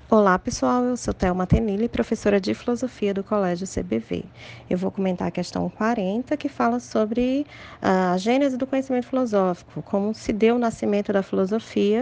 Olá, pessoal. Eu sou Thelma Tenille, professora de Filosofia do Colégio CBV. Eu vou comentar a questão 40, que fala sobre a gênese do conhecimento filosófico, como se deu o nascimento da filosofia,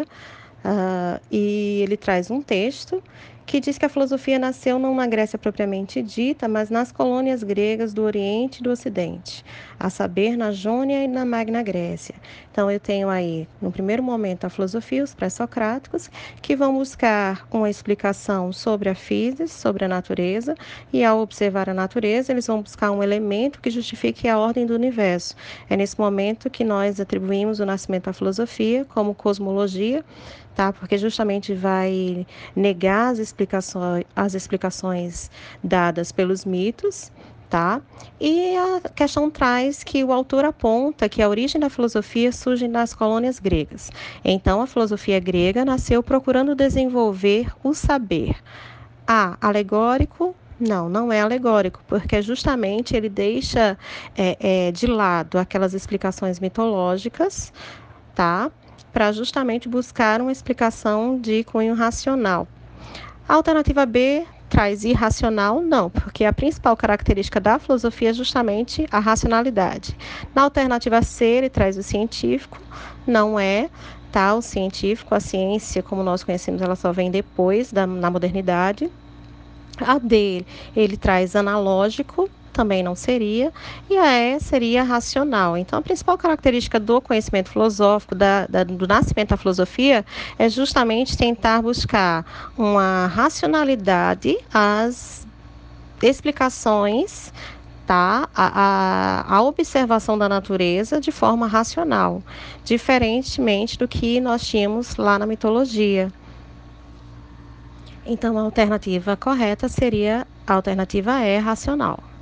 e ele traz um texto que diz que a filosofia nasceu não na Grécia propriamente dita, mas nas colônias gregas do Oriente e do Ocidente, a saber, na Jônia e na Magna Grécia. Então, eu tenho aí, no primeiro momento, a filosofia, os pré-socráticos, que vão buscar uma explicação sobre a física, sobre a natureza, e ao observar a natureza, eles vão buscar um elemento que justifique a ordem do universo. É nesse momento que nós atribuímos o nascimento à filosofia como cosmologia, tá? Porque justamente vai negar as explicações dadas pelos mitos, tá? E a questão traz que o autor aponta que a origem da filosofia surge nas colônias gregas. Então, a filosofia grega nasceu procurando desenvolver o saber. Alegórico? Não, não é alegórico, porque justamente ele deixa de lado aquelas explicações mitológicas, tá? Para justamente buscar uma explicação de cunho racional. A alternativa B traz irracional? Não, porque a principal característica da filosofia é justamente a racionalidade. Na alternativa C, ele traz o científico? Não é, tá? O científico, a ciência, como nós conhecemos, ela só vem depois, na modernidade. A D, ele traz analógico, também não seria, e a E seria racional. Então, a principal característica do conhecimento filosófico, do nascimento da filosofia, é justamente tentar buscar uma racionalidade às explicações, tá? A observação da natureza de forma racional, diferentemente do que nós tínhamos lá na mitologia. Então, a alternativa correta seria a alternativa E, racional.